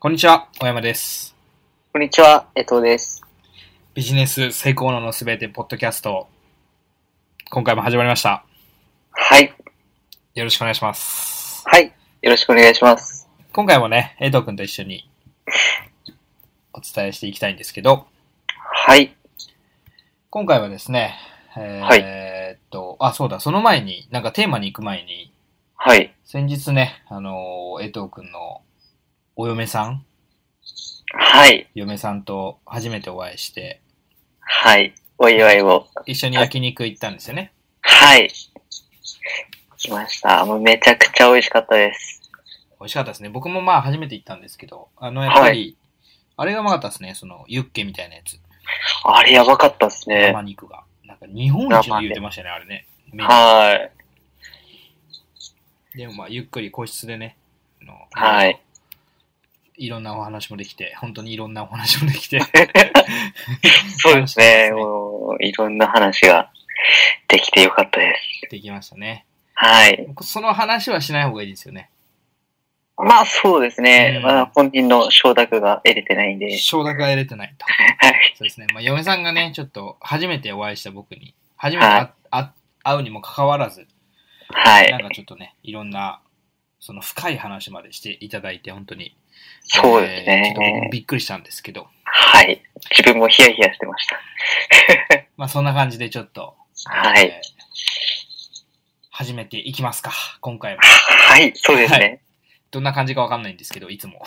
こんにちは、小山です。 こんにちは、江藤です。 ビジネス成功のすべてポッドキャスト、今回も始まりました。 はい。 よろしくお願いします。 はい。よろしくお願いします。 今回もね、江藤くんと一緒にお伝えしていきたいんですけど、 はい。 今回はですね、そうだ、その前に、なんかテーマに行く前に、 はい。 先日ね、江藤くんのお嫁さん、 はい。 嫁さんと初めてお会いして、 はい。お祝いを。 一緒に焼肉行ったんですよね。 はい。来ました。もうめちゃくちゃ美味しかったです。 美味しかったですね。僕もまあ初めて行ったんですけど、やっぱり、あれがうまかったですね。その、ユッケみたいなやつ。 あれやばかったですね。 生肉が。なんか日本一の言ってましたね、あれね。 はい。 でもまあ、ゆっくり個室でね、 はい。 いろんなお話もできて、本当にいろんなお話もできて。 そうですね。もう、いろんな話ができてよかったです。 できましたね。 はい。 その話はしない方がいいですよね。 まあそうですね。まあ本人の承諾が得れてないんで。 承諾が得れてないと。 はい。 そうですね。まあ嫁さんがね、ちょっと初めてお会いした僕に、初めて会うにもかかわらず、 はい。 なんかちょっとね、いろんな、その深い話までしていただいて、本当に。 そうですね。 ちょっと僕もびっくりしたんですけど。 はい。自分もヒヤヒヤしてました。 まあそんな感じでちょっと、 はい。 始めていきますか、今回も。 はい、そうですね。はい、 どんな感じかわかんないんですけど、いつも。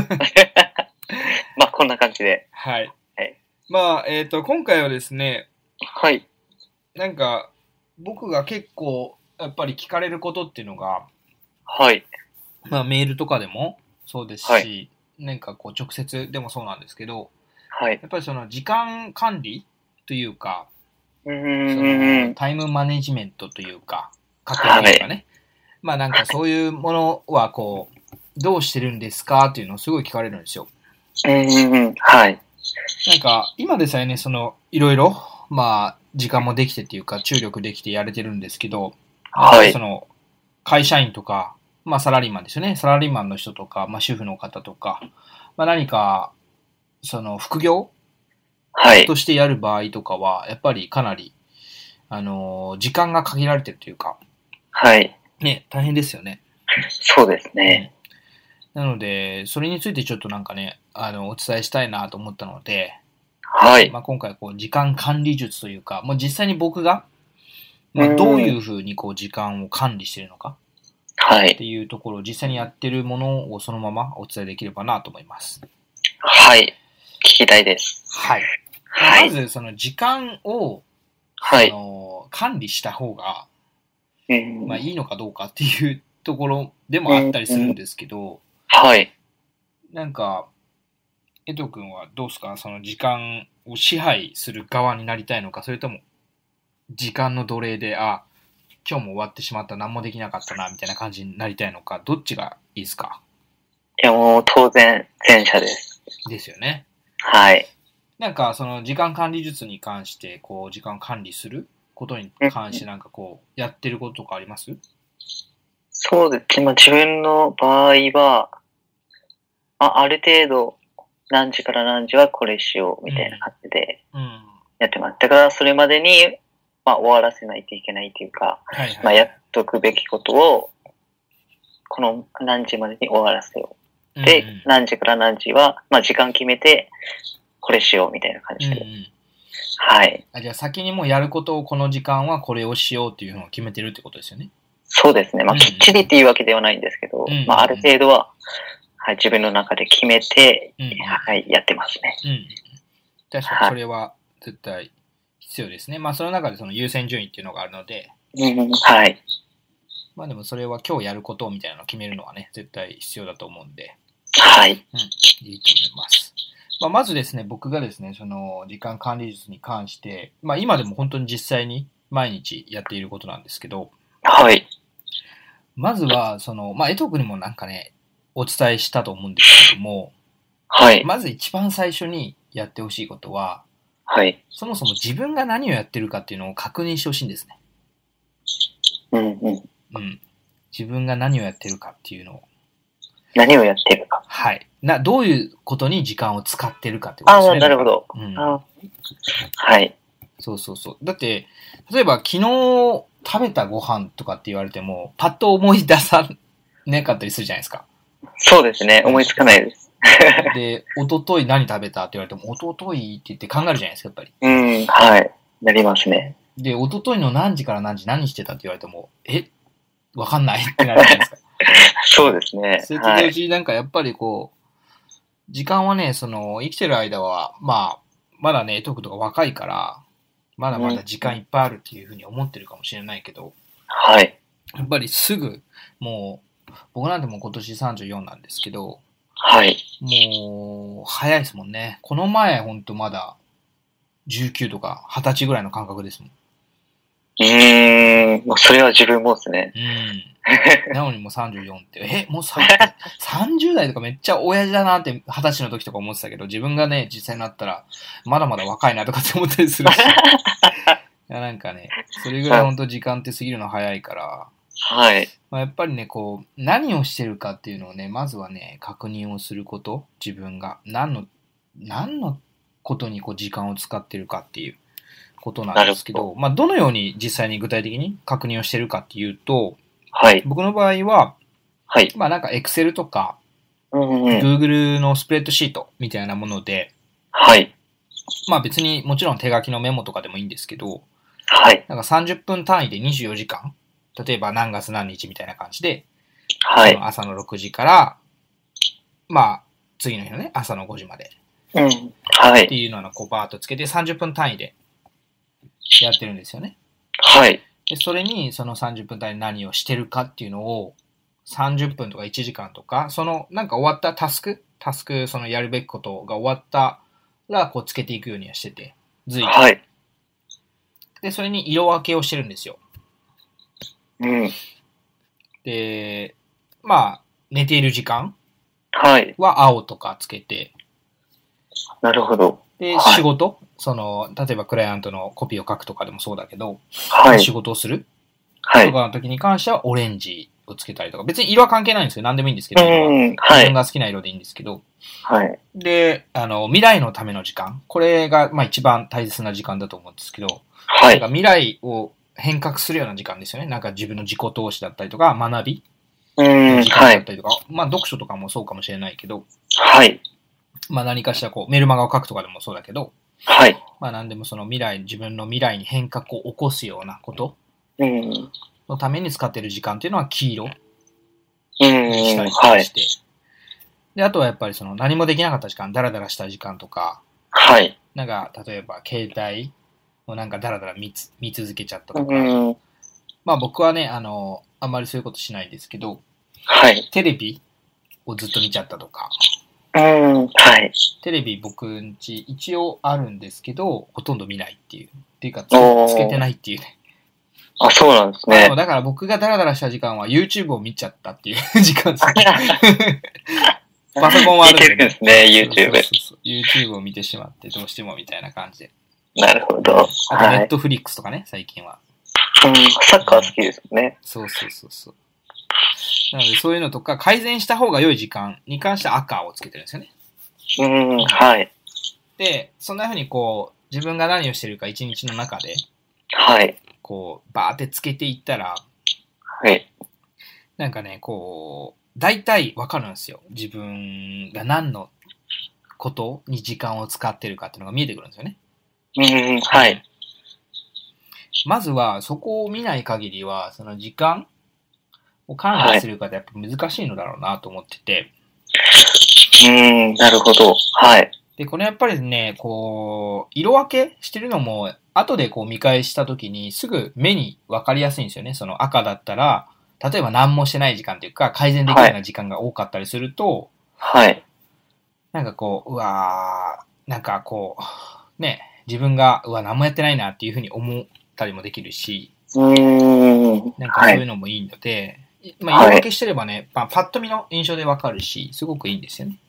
まあこんな感じで。 はい。はい、まあ、今回はですね、 はい。 なんか、僕が結構、やっぱり聞かれることっていうのが、 はい。 まあメールとかでもそうですし、はい、なんかこう直接でもそうなんですけど、 はい。 やっぱりその時間管理というか、そのタイムマネジメントというか、確認というかね、はい、まあなんかそういうものはこう、どうしてるんですかっていうのをすごい聞かれるんですよ。 はい。 なんか今でさえね、そのいろいろ、まあ時間もできてっていうか注力できてやれてるんですけど、はい、その会社員とか、まあサラリーマンですよね。サラリーマンの人とか、まあ主婦の方とか、まあ何か、その副業としてやる場合とかは、やっぱりかなり、時間が限られてるというか、 はい。 ね、大変ですよね。 そうですね。 なので、それについてちょっとなんかね、お伝えしたいなと思ったので、 はい。 まあ今回こう、時間管理術というか、もう実際に僕が、まあどういうふうにこう、時間を管理しているのか、はい。っていうところを実際にやってるものをそのままお伝えできればなと思います。 はい。聞きたいです。 はい。はい、まず、その時間を、はい。管理した方が、まあいいのかどうかっていうところでもあったりするんですけど、 はい。 なんか、江藤くんはどうですか？その時間を支配する側になりたいのか、それとも、時間の奴隷で、今日も終わってしまった、何もできなかったな、みたいな感じになりたいのか、どっちがいいですか？ いや、もう当然、前者です。 ですよね。 はい。 なんか、その時間管理術に関して、こう、時間管理することに関して、なんかこう、やってることとかあります？ そうですね。自分の場合は、ある程度、何時から何時はこれしよう、みたいな感じで、やってます。だから、それまでに、終わらせないといけないというか、はいはい、やっとくべきことを、この何時までに終わらせよう。で、何時から何時は、時間決めて、これしようみたいな感じで。はい。 じゃあ先にもうやることをこの時間はこれをしようっていうのを決めてるってことですよね。 そうですね。きっちりっていうわけではないんですけど、ある程度は、はい、自分の中で決めて、はい、やってますね。 確かにそれは絶対必要ですね。まあその中でその優先順位っていうのがあるので、 はい。 まあでもそれは今日やることみたいなのを決めるのはね、絶対必要だと思うんで。 はい。いいと思います。まずですね、僕がですね、その時間管理術に関して、今でも本当に実際に毎日やっていることなんですけど、 はい。 まずは、その、江藤君にもなんかね、お伝えしたと思うんですけども、 はい。 まず一番最初にやってほしいことは、 はい。 そもそも自分が何をやってるかっていうのを確認してほしいんですね。自分が何をやってるかっていうのを。 何をやってるか。 はい。どういうことに時間を使ってるかってことですね。 なるほど。はい。 そうそうそう。だって、例えば昨日食べたご飯とかって言われても、パッと思い出さなかったりするじゃないですか。 そうですね。思いつかないです。 で、一昨日何食べたって言われても、一昨日って言って考えるじゃないですか、やっぱり。 はい。なりますね。 で、一昨日の何時から何時何してたって言われても、わかんないってなるじゃないですか。 そうですね。 それと同時になんかやっぱりこう、時間はね、生きてる間は、まだね、トクとか若いから、まだまだ時間いっぱいあるっていうふうに思ってるかもしれないけど、 はい。 やっぱりすぐ、もう、僕なんてもう今年34なんですけど、 はい。 もう、早いですもんね。この前、ほんとまだ、19とか20歳ぐらいの感覚ですもん。 もうそれは自分もですね。 なのにもう34って、もう30代とかめっちゃ親父だなって20歳の時とか思ってたけど、自分がね、実際になったら、まだまだ若いなとかって思ったりするし。いやなんかね、それぐらい本当時間って過ぎるの早いから、 はい。 やっぱりね、こう、何をしてるかっていうのをね、まずはね、確認をすること、自分が何のことにこう時間を使ってるかっていうことなんですけど、どのように実際に具体的に確認をしてるかっていうと、 はい。 僕の場合は、 はい。 なんか Excel とか、Google のスプレッドシートみたいなもので、 はい。 別にもちろん手書きのメモとかでもいいんですけど、 はい。 なんか30分単位で24時間、例えば何月何日みたいな感じで、 はい。 朝の6時から、次の日のね、朝の5時まで。 はい。 っていうのをこうバーッとつけて30分単位でやってるんですよね。 はい。 で、それにその30分単位で何をしてるかっていうのを30分とか1時間とか、なんか終わったタスク、そのやるべきことが終わったらこうつけていくようにはしてて、随時。 はい。 で、それに色分けをしてるんですよ。で、寝ている時間は青とかつけて、 なるほど。 で、仕事、例えばクライアントのコピーを書くとかでもそうだけど、仕事をするとかの時に関してはオレンジをつけたりとか、別に色は関係ないんですよ。何でもいいんですけど、自分が好きな色でいいんですけど、で、未来のための時間、これが一番大切な時間だと思うんですけど、なんか未来を変革するような時間ですよね。なんか自分の自己投資だったりとか、学びの時間だったりとか、読書とかもそうかもしれないけど、何かしらメルマガを書くとかでもそうだけど、何でもその自分の未来に変革を起こすようなことのために使っている時間っていうのは黄色にしたりして、で、あとはやっぱり何もできなかった時間、ダラダラした時間とか、なんか例えば携帯をなんかダラダラ見続けちゃったとか、僕はね、あんまりそういうことしないんですけど、テレビをずっと見ちゃったとか、テレビ僕んち一応あるんですけど、ほとんど見ないっていう。っていうかつけてないっていうね。 そうなんですね。 だから僕がダラダラした時間は YouTube を見ちゃったっていう時間ですね。パソコンはあるんで、 ですね、YouTube。 YouTube を見てしまって、どうしてもみたいな感じで。 なるほど。 あと Netflix とかね、最近は。 サッカー好きですね。 そう。なのでそういうのとか、改善した方が良い時間に関して赤をつけてるんですよね。で、そんな風に自分が何をしてるか一日の中で、バーってつけていったら、なんかね、大体わかるんですよ。自分が何のことに時間を使ってるかっていうのが見えてくるんですよね。まずは、そこを見ない限りは、その時間を管理するかってやっぱ難しいのだろうなと思ってて。 なるほど。 で、これやっぱりね、色分けしてるのも、後で見返した時にすぐ目に分かりやすいんですよね。その赤だったら、例えば何もしてない時間っていうか、改善できるような時間が多かったりすると、なんかうわー、なんかね、自分が、何もやってないなっていうふうに思ったりもできるし、なんかそういうのもいいので、色分けしてればね、パッと見の印象でわかるし、すごくいいんですよね。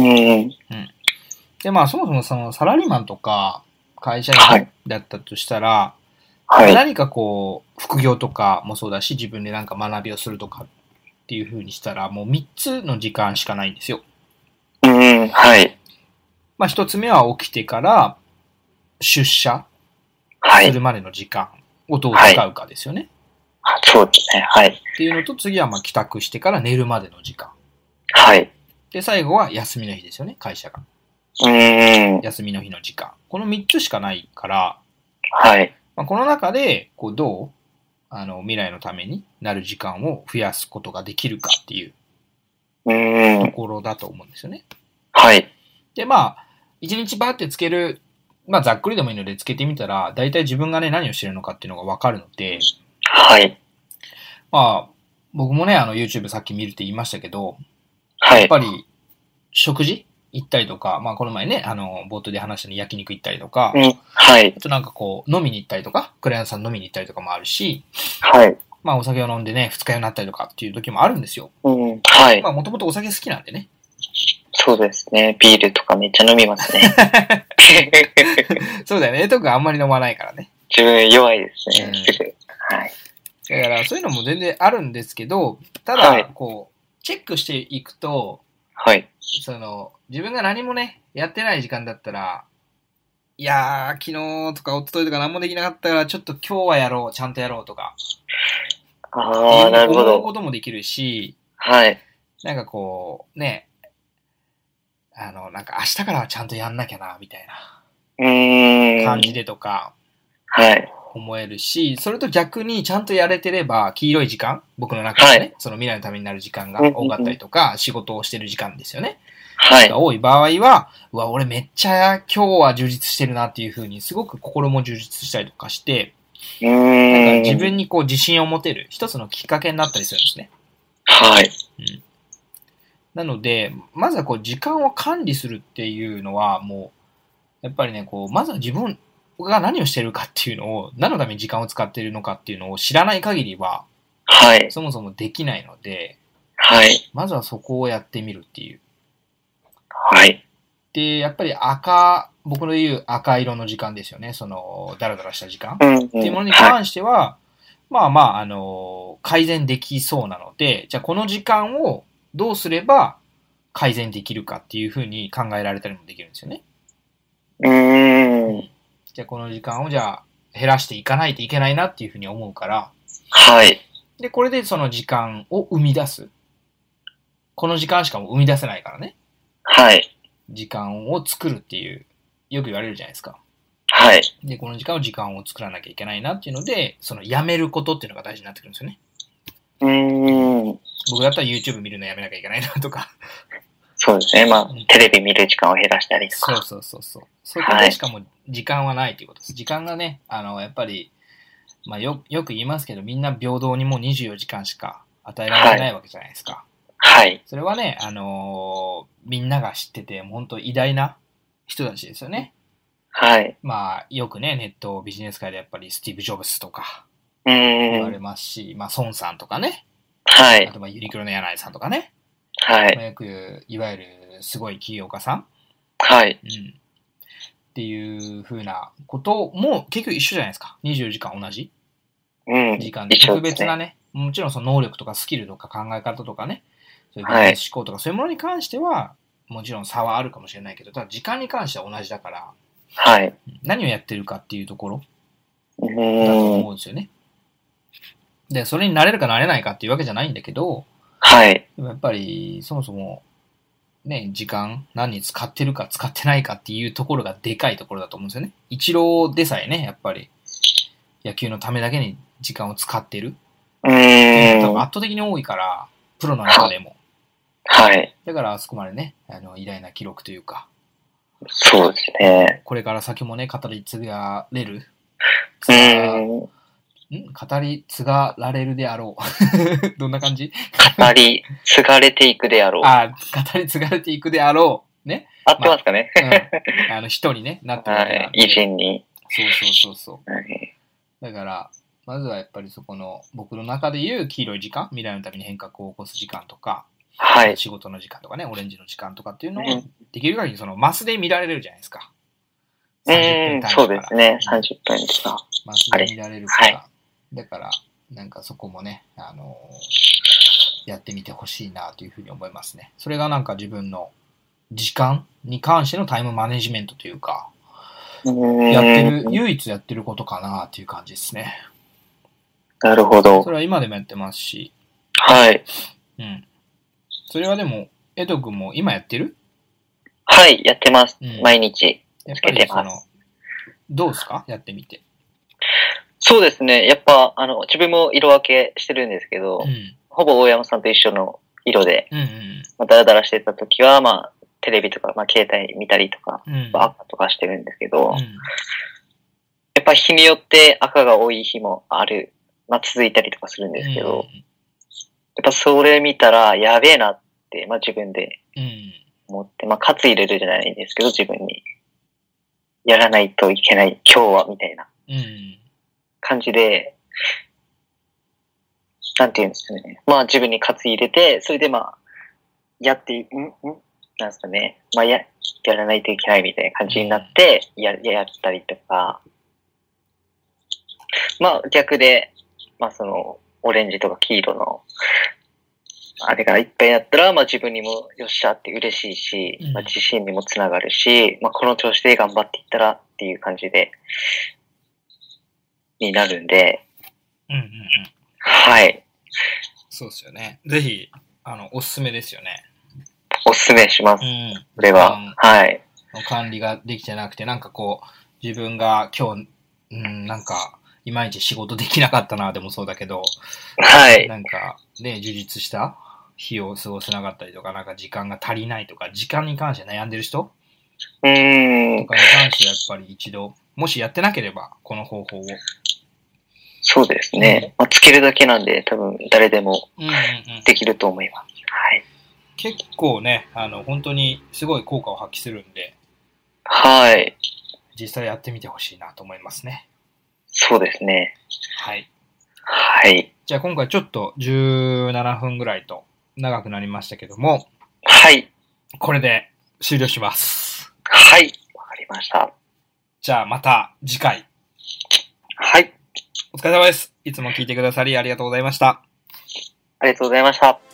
で、そもそもサラリーマンとか会社員だったとしたら、何か副業とかもそうだし、自分でなんか学びをするとかっていう風にしたら、もう3つの時間しかないんですよ。 はい。 まあ、一つ目は起きてから出社するまでの時間をどう使うかですよね。 はい、そうですね。はい。 っていうのと、次はまあ帰宅してから寝るまでの時間。 はい。 で、最後は休みの日ですよね、会社が。休みの日の時間。この3つしかないから、 はい。 まあ、この中で、こう、どう、未来のためになる時間を増やすことができるかっていうところだと思うんですよね。 はい。で、 まあ、1日バーってつける、まあ、ざっくりでもいいのでつけてみたら、大体自分がね、何をしてるのかっていうのがわかるので、 はい。 まあ、僕もね、YouTube さっき見るって言いましたけど、 はい。 やっぱり、食事行ったりとか、まあこの前ね、冒頭で話したように焼肉行ったりとか、 はい。 あとなんかこう、飲みに行ったりとか、クライアントさん飲みに行ったりとかもあるし、 はい。 まあお酒を飲んでね、二日酔いになったりとかっていう時もあるんですよ。 はい。 まあもともとお酒好きなんでね。 そうですね。ビールとかめっちゃ飲みますね。 そうだよね。特にあんまり飲まないからね。 自分弱いですね。はい。 だからそういうのも全然あるんですけど、ただ、こう、チェックしていくと、 はい。 自分が何もね、やってない時間だったら、いやー、昨日とか一昨日とか何もできなかったから、ちょっと今日はやろう、ちゃんとやろうとか。 ああ、なるほど。 思うこともできるし、 はい。 なんかこう、ね、なんか明日からはちゃんとやんなきゃな、みたいな感じでとか、 はい。 思えるし、それと逆にちゃんとやれてれば、黄色い時間、僕の中でね、その未来のためになる時間が多かったりとか、仕事をしてる時間ですよね。はい。が多い場合は、うわ、俺めっちゃ今日は充実してるなっていう風に、すごく心も充実したりとかして、なんか自分にこう自信を持てる一つのきっかけになったりするんですね。はい。なので、まずはこう時間を管理するっていうのは、もう、やっぱりね、こう、まずは自分が何をしてるかっていうのを、何のために時間を使っているのかっていうのを知らない限りは、はい。そもそもできないので、はい。まずはそこをやってみるっていう。はい。で、やっぱり僕の言う赤色の時間ですよね。ダラダラした時間。っていうものに関しては、まあまあ、改善できそうなので、じゃあこの時間をどうすれば改善できるかっていうふうに考えられたりもできるんですよね。じゃあこの時間をじゃあ減らしていかないといけないなっていうふうに思うから。はい。で、これでその時間を生み出す。この時間しかも生み出せないからね。はい。時間を作るっていう、よく言われるじゃないですか。はい。で、この時間を作らなきゃいけないなっていうので、やめることっていうのが大事になってくるんですよね。僕だったら YouTube 見るのやめなきゃいけないなとか。そうですね。まあ、テレビ見る時間を減らしたりとか。そう。そこでしかも時間はないということです。時間がね、やっぱり、まあよく言いますけど、みんな平等にもう24時間しか与えられてないわけじゃないですか。はい。それはね、みんなが知ってて、本当偉大な人たちですよね。はい。まあ、よくね、ネットビジネス界でやっぱりスティーブ・ジョブズとか言われますし、まあ、孫さんとかね。はい。あと、ユニクロの柳井さんとかね。はい。まあ、よく、いわゆるすごい起業家さん。はい。っていう風なことも結局一緒じゃないですか。24時間同じ。時間で特別なね、もちろんその能力とかスキルとか考え方とかね、そういうビジネス思考とかそういうものに関しては、もちろん差はあるかもしれないけど、ただ時間に関しては同じだから、はい。何をやってるかっていうところだと思うんですよね。で、それになれるかなれないかっていうわけじゃないんだけど、はい。でもやっぱり、そもそも、ね、時間何に使ってるか使ってないかっていうところがでかいところだと思うんですよね。イチローでさえね、やっぱり、野球のためだけに時間を使ってる。多分圧倒的に多いから、プロの中でも。はい。だからあそこまでね、偉大な記録というか。そうですね。これから先もね、語り継がれる。語り継がれるであろう。どんな感じ？語り継がれていくであろう。語り継がれていくであろう。ね。合ってますかね、人にね、なってる。はい。偉人に。そう。はい、だから、まずはやっぱりそこの、僕の中で言う黄色い時間、未来のために変革を起こす時間とか、はい。仕事の時間とかね、オレンジの時間とかっていうのを、できる限りマスで見られるじゃないですか。30分単位から。そうですね、30分ですか。マスで見られるから。はい、だから、なんかそこもね、やってみてほしいなというふうに思いますね。それがなんか自分の時間に関してのタイムマネジメントというか、唯一やってることかなっていう感じですね。 なるほど。 それは今でもやってますし。 はい。 うん。それはでも、江戸くんも今やってる？ はい、やってます。毎日つけてます。 どうですか？やってみて。 そうですね。やっぱ、自分も色分けしてるんですけど、ほぼ大山さんと一緒の色で、ダラダラしてた時は、まあ、テレビとか、まあ、携帯見たりとか、赤とかしてるんですけど、やっぱ日によって赤が多い日もある、まあ、続いたりとかするんですけど、やっぱそれ見たら、やべえなって、まあ自分で思って、まあ、喝入れるじゃないんですけど、自分に。やらないといけない、今日は、みたいな感じで、なんていうんですかね。まあ自分に喝入れて、それでまあ、なんですかね。まあやらないといけないみたいな感じになって、やったりとか、まあ逆で、まあその、オレンジとか黄色の、あれがいっぱいやったら、まあ自分にもよっしゃって嬉しいし、まあ自信にもつながるし、まあこの調子で頑張っていったらっていう感じで、になるんで、はい。 そうですよね。ぜひ、おすすめですよね。 おすすめします。これは。はい。 管理ができてなくて、なんかこう、自分が今日、なんか、いまいち仕事できなかったな、でもそうだけど、 はい。 なんか、ね、充実した日を過ごせなかったりとか、なんか時間が足りないとか、時間に関して悩んでる人とかに関してやっぱり一度、もしやってなければ、この方法を。 そうですね。まあ、つけるだけなんで、多分誰でもできると思います。はい。 結構ね、本当にすごい効果を発揮するんで、 はい。 実際やってみてほしいなと思いますね。 そうですね。 はい。 はい。 じゃあ今回ちょっと17分ぐらいと長くなりましたけども、 はい。 これで終了します。 はい。わかりました。 じゃあまた次回。 はい。 お疲れ様です。いつも聞いてくださりありがとうございました。 ありがとうございました。